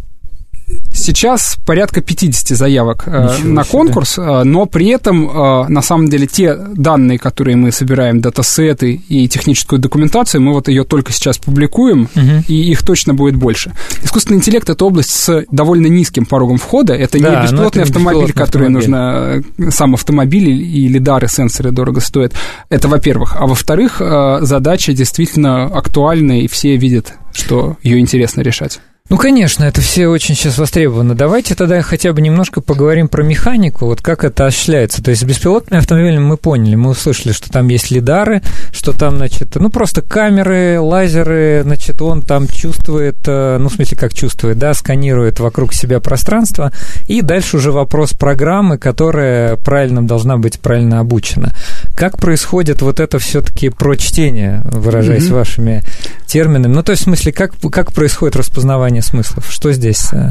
Сейчас порядка пятьдесят заявок э, на конкурс, э, но при этом, э, на самом деле, те данные, которые мы собираем, датасеты и техническую документацию, мы вот ее только сейчас публикуем, uh-huh. и их точно будет больше. Искусственный интеллект — это область с довольно низким порогом входа, это да, не бесплатный это автомобиль, бесплатный который автомобиль. нужно... Сам автомобиль и лидары, сенсоры дорого стоят. Это, во-первых. А во-вторых, э, задача действительно актуальная, и все видят, что ее интересно решать. Ну, конечно, это все очень сейчас востребовано. Давайте тогда хотя бы немножко поговорим про механику, вот как это осуществляется. То есть с беспилотными автомобилями мы поняли, мы услышали, что там есть лидары, что там, значит, ну, просто камеры, лазеры, значит, он там чувствует, ну, в смысле, как чувствует, да, сканирует вокруг себя пространство, и дальше уже вопрос программы, которая правильно должна быть правильно обучена. Как происходит вот это все-таки прочтение, выражаясь mm-hmm. вашими терминами? Ну, то есть, в смысле, как, как происходит распознавание смыслов? Что здесь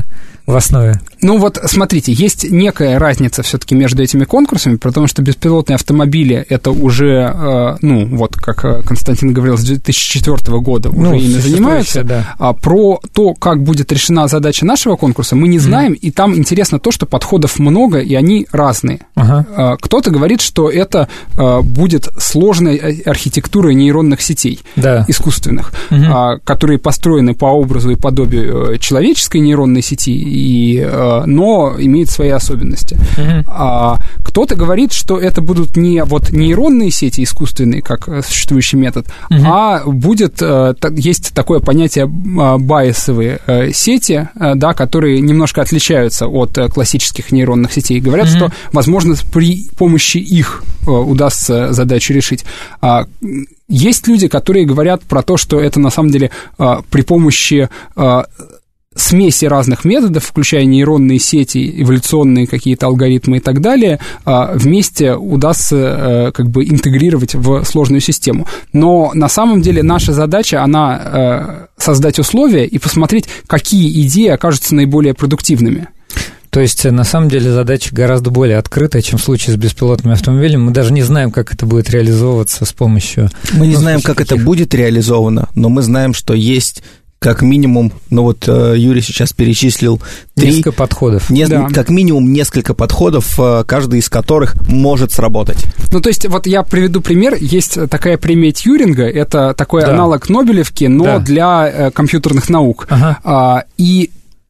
в основе? Ну вот, смотрите, есть некая разница все-таки между этими конкурсами, потому что беспилотные автомобили — это уже, э, ну, вот, как Константин говорил, с две тысячи четвёртого года уже ну, ими занимаются. Да. А про то, как будет решена задача нашего конкурса, мы не знаем, mm-hmm. и там интересно то, что подходов много, и они разные. Uh-huh. Кто-то говорит, что это э, будет сложная архитектура нейронных сетей, да. искусственных, uh-huh. э, которые построены по образу и подобию человеческой нейронной сети, и, э, но имеют свои особенности. Uh-huh. А кто-то говорит, что это будут не вот нейронные сети искусственные, как существующий метод, uh-huh. а будет, э, есть такое понятие э, байесовые э, сети, э, да, которые немножко отличаются от э, классических нейронных сетей. Говорят, uh-huh. что, возможно, при помощи их э, удастся задачу решить. А, есть люди, которые говорят про то, что это на самом деле э, при помощи э, смеси разных методов, включая нейронные сети, эволюционные какие-то алгоритмы и так далее, вместе удастся как бы интегрировать в сложную систему. Но на самом деле наша задача, она создать условия и посмотреть, какие идеи окажутся наиболее продуктивными. То есть, на самом деле, задача гораздо более открытая, чем в случае с беспилотными автомобилями. Мы даже не знаем, как это будет реализовываться с помощью... Мы не ну, знаем, как каких... это будет реализовано, но мы знаем, что есть... Как минимум, ну вот Юрий сейчас перечислил три... Несколько подходов. Не, да. Как минимум несколько подходов, каждый из которых может сработать. Ну, то есть, вот я приведу пример. Есть такая премия Тьюринга, это такой да. аналог Нобелевки, но да. для компьютерных наук. Ага. И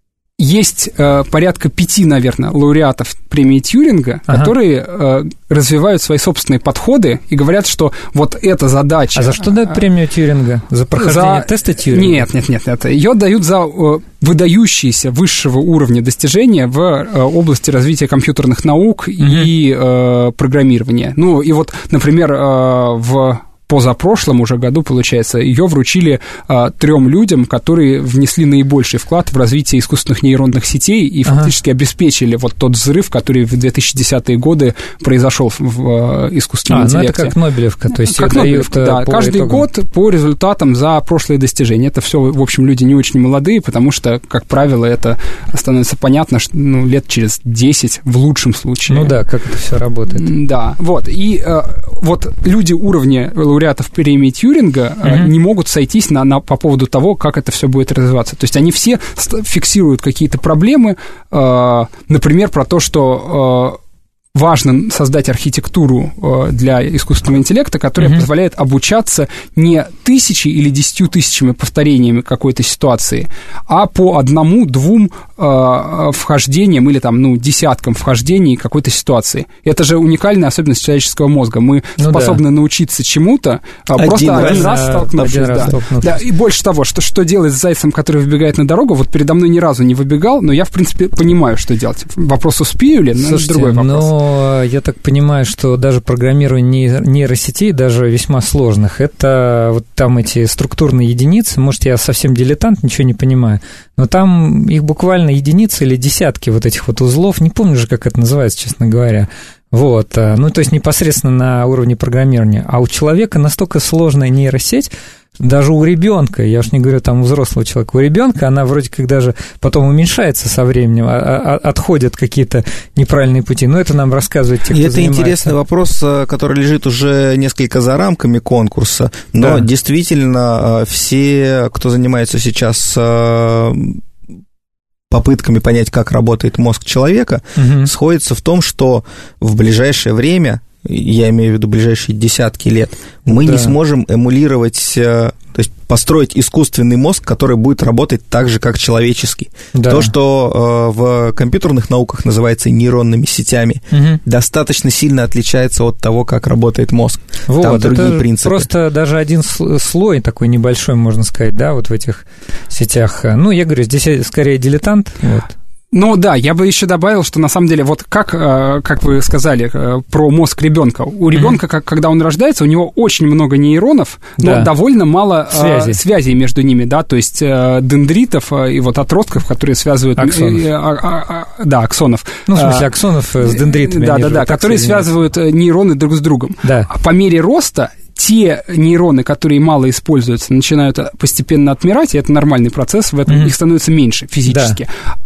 есть э, порядка пяти, наверное, лауреатов премии Тьюринга, ага. которые э, развивают свои собственные подходы и говорят, что вот эта задача... А за что дают премию Тьюринга? За прохождение за... теста Тьюринга? Нет, нет, нет, нет. Ее дают за э, выдающиеся высшего уровня достижения в э, области развития компьютерных наук угу. и э, программирования. Ну, и вот, например, э, в... позапрошлом уже году, получается, ее вручили а, трем людям, которые внесли наибольший вклад в развитие искусственных нейронных сетей и ага. фактически обеспечили вот тот взрыв, который в две тысячи десятые годы произошел в, в искусственном а, интеллекте. Ну, это как Нобелевка, то есть как Нобелевка, да. Каждый итогам. год по результатам за прошлые достижения. Это все, в общем, люди не очень молодые, потому что, как правило, это становится понятно, что ну, лет через десять в лучшем случае. Ну да, как это все работает. Да, вот. И а, вот люди уровня лауреатов премии Тьюринга mm-hmm. не могут сойтись на, на, по поводу того, как это все будет развиваться. То есть они все фиксируют какие-то проблемы, э, например, про то, что... Э, важно создать архитектуру для искусственного интеллекта, которая mm-hmm. позволяет обучаться не тысячи или десятью тысячами повторениями какой-то ситуации, а по одному-двум э, вхождениям или там, ну, десяткам вхождений какой-то ситуации. Это же уникальная особенность человеческого мозга. Мы ну способны да. научиться чему-то, один просто раз, один раз столкнувшись. Один раз да. Да. И больше того, что, что делать с зайцем, который выбегает на дорогу, вот передо мной ни разу не выбегал, но я, в принципе, понимаю, что делать. Вопрос, успею ли, но это другой вопрос. Но я так понимаю, что даже программирование нейросетей, даже весьма сложных, это вот там эти структурные единицы, может, я совсем дилетант, ничего не понимаю, но там их буквально единицы или десятки вот этих вот узлов, не помню же, как это называется, честно говоря. Вот, ну, то есть непосредственно на уровне программирования. А у человека настолько сложная нейросеть, даже у ребенка, я уж не говорю там у взрослого человека, у ребенка она вроде как даже потом уменьшается со временем, а, а, отходят какие-то неправильные пути. Но это нам рассказывает те, кто И это занимается. Интересный вопрос, который лежит уже несколько за рамками конкурса, но да. действительно все, кто занимается сейчас попытками понять, как работает мозг человека, угу. сходится в том, что в ближайшее время, я имею в виду ближайшие десятки лет, мы да. не сможем эмулировать, то есть построить искусственный мозг, который будет работать так же, как человеческий. Да. То, что э, в компьютерных науках называется нейронными сетями, угу. достаточно сильно отличается от того, как работает мозг. Вот, там другие это принципы. Просто даже один слой такой небольшой, можно сказать, да, вот в этих сетях. Ну, я говорю, здесь скорее дилетант, вот. Ну да, я бы еще добавил, что на самом деле, вот как, как вы сказали про мозг ребенка. У ребенка, mm-hmm. когда он рождается, у него очень много нейронов, но да. довольно мало связей. связей между ними, да, то есть дендритов и вот отростков, которые связывают... Аксонов. А, а, а, да, аксонов. Ну, в смысле, аксонов с дендритами. Да-да-да, которые связывают нейроны друг с другом. Да. По мере роста те нейроны, которые мало используются, начинают постепенно отмирать, и это нормальный процесс, в этом mm-hmm. их становится меньше физически. Да.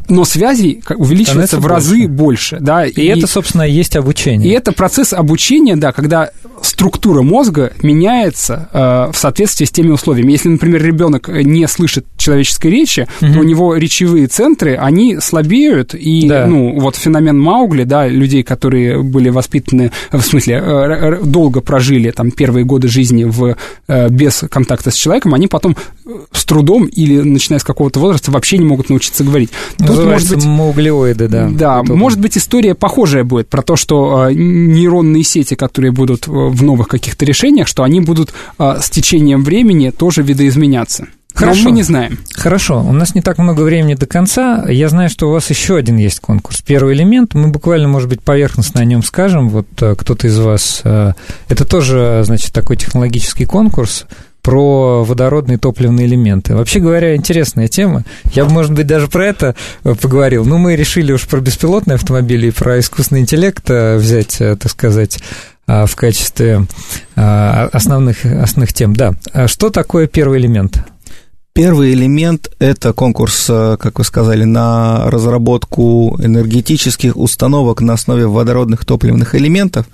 но связей увеличивается в разы больше. Да, и, и это, собственно, есть обучение. И это процесс обучения, да, когда структура мозга меняется э, в соответствии с теми условиями. Если, например, ребенок не слышит человеческой речи, угу. то у него речевые центры, они слабеют, и, да. ну, вот феномен Маугли, да, людей, которые были воспитаны, в смысле, э, долго прожили там первые годы жизни в, э, без контакта с человеком, они потом с трудом или начиная с какого-то возраста вообще не могут научиться говорить. Тут, может быть, мауглиоиды, да. Да, потом. Может быть, история похожая будет про то, что э, нейронные сети, которые будут в новых каких-то решениях, что они будут э, с течением времени тоже видоизменяться. Хорошо. Но мы не знаем. Хорошо, у нас не так много времени до конца. Я знаю, что у вас еще один есть конкурс. Первый элемент, мы буквально, может быть, поверхностно о нем скажем. Вот кто-то из вас... Это тоже, значит, такой технологический конкурс про водородные топливные элементы. Вообще говоря, интересная тема. Я бы, может быть, даже про это поговорил. Но мы решили уж про беспилотные автомобили и про искусственный интеллект взять, так сказать, в качестве основных, основных тем. Да. Что такое первый элемент? Первый элемент – это конкурс, как вы сказали, на разработку энергетических установок на основе водородных топливных элементов.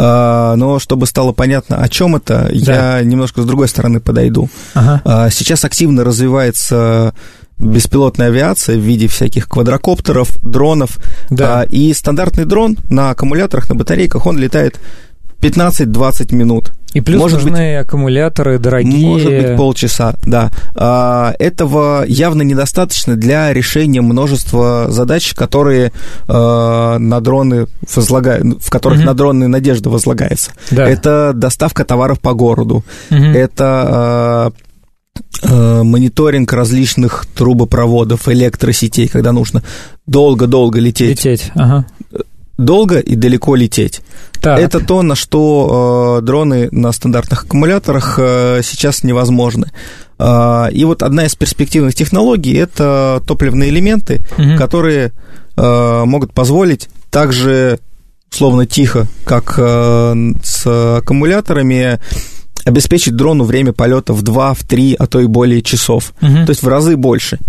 Но чтобы стало понятно, о чем это, да. я немножко с другой стороны подойду. Ага. Сейчас активно развивается беспилотная авиация в виде всяких квадрокоптеров, дронов. Да. И стандартный дрон на аккумуляторах, на батарейках, он летает пятнадцать-двадцать минут. И плюс может нужны быть, аккумуляторы дорогие. Может быть, полчаса, да. Этого явно недостаточно для решения множества задач, которые на дроны возлагают, в которых угу. на дроны надежда возлагается. Да. Это доставка товаров по городу. Угу. Это мониторинг различных трубопроводов, электросетей, когда нужно долго-долго лететь. Лететь, ага. Долго и далеко лететь. Так. Это то, на что э, дроны на стандартных аккумуляторах э, сейчас невозможны. Э, и вот одна из перспективных технологий – это топливные элементы, угу. которые э, могут позволить также, условно тихо, как э, с аккумуляторами, обеспечить дрону время полета в два, в три, а то и более часов. Угу. То есть в разы больше.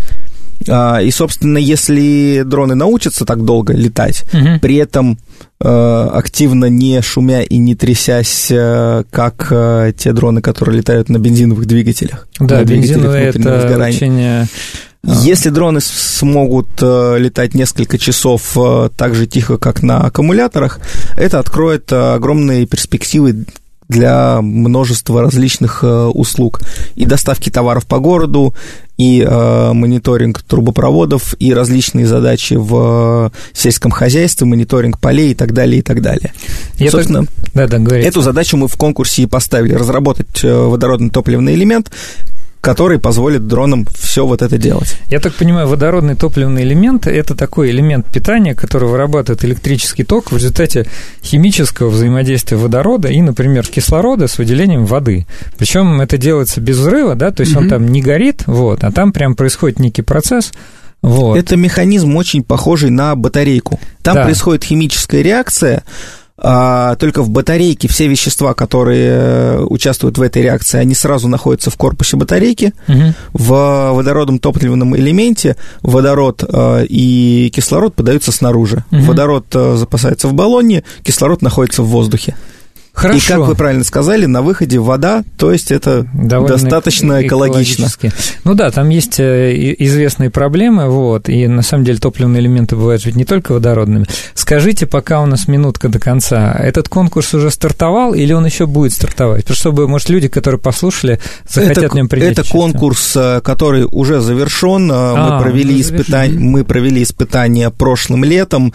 И, собственно, если дроны научатся так долго летать, угу. при этом э, активно не шумя и не трясясь, э, как э, те дроны, которые летают на бензиновых двигателях. Да, бензиновые – это очень... Если дроны смогут э, летать несколько часов э, так же тихо, как на аккумуляторах, это откроет э, огромные перспективы для множества различных э, услуг. И доставки товаров по городу, и э, мониторинг трубопроводов, и различные задачи в э, сельском хозяйстве, мониторинг полей и так далее, и так далее. Я Собственно, так... да, да, эту задачу мы в конкурсе и поставили. Разработать э, водородный топливный элемент, который позволит дронам все вот это делать. Я так понимаю, водородный топливный элемент – это такой элемент питания, который вырабатывает электрический ток в результате химического взаимодействия водорода и, например, кислорода с выделением воды. Причем это делается без взрыва, да, то есть mm-hmm. он там не горит, вот, а там прям происходит некий процесс. Вот. Это механизм очень похожий на батарейку. Там да. происходит химическая реакция. А, только в батарейке все вещества, которые участвуют в этой реакции, они сразу находятся в корпусе батарейки. Угу. В водородном топливном элементе водород а, и кислород подаются снаружи. Угу. Водород а, запасается в баллоне, кислород находится в воздухе. Хорошо. И, как вы правильно сказали, на выходе вода, то есть это довольно достаточно экологично. Ну да, там есть известные проблемы, вот, и на самом деле топливные элементы бывают ведь не только водородными. Скажите, пока у нас минутка до конца, этот конкурс уже стартовал или он еще будет стартовать? Потому что, чтобы, может, люди, которые послушали, захотят это, в нем принять Это участие. Конкурс, который уже завершен. А, мы, провели испытания, мы провели испытания прошлым летом.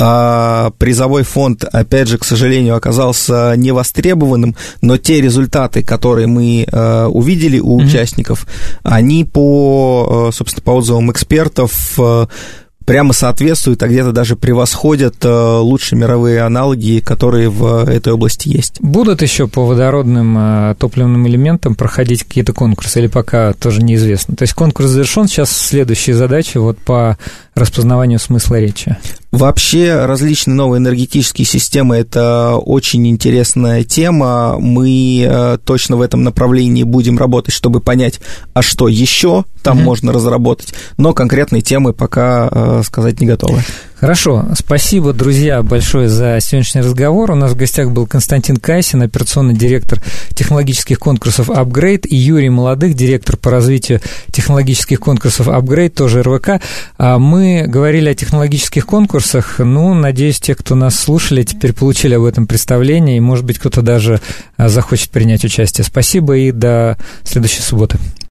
Призовой фонд, опять же, к сожалению, оказался не востребованным, но те результаты, которые мы э, увидели у mm-hmm. участников, они по, э, собственно, по отзывам экспертов э, прямо соответствуют, а где-то даже превосходят э, лучшие мировые аналоги, которые в этой области есть. Будут еще по водородным э, топливным элементам проходить какие-то конкурсы или пока тоже неизвестно? То есть конкурс завершен, сейчас следующие задачи вот по распознаванию смысла речи? Вообще различные новые энергетические системы – это очень интересная тема. Мы точно в этом направлении будем работать, чтобы понять, а что еще там mm-hmm. можно разработать. Но конкретные темы пока сказать не готовы. Хорошо. Спасибо, друзья, большое за сегодняшний разговор. У нас в гостях был Константин Кайсин, операционный директор технологических конкурсов «Апгрейд», и Юрий Молодых, директор по развитию технологических конкурсов «Апгрейд», тоже эр вэ ка. Мы говорили о технологических конкурсах. Ну, надеюсь, те, кто нас слушали, теперь получили об этом представление, и, может быть, кто-то даже захочет принять участие. Спасибо и до следующей субботы.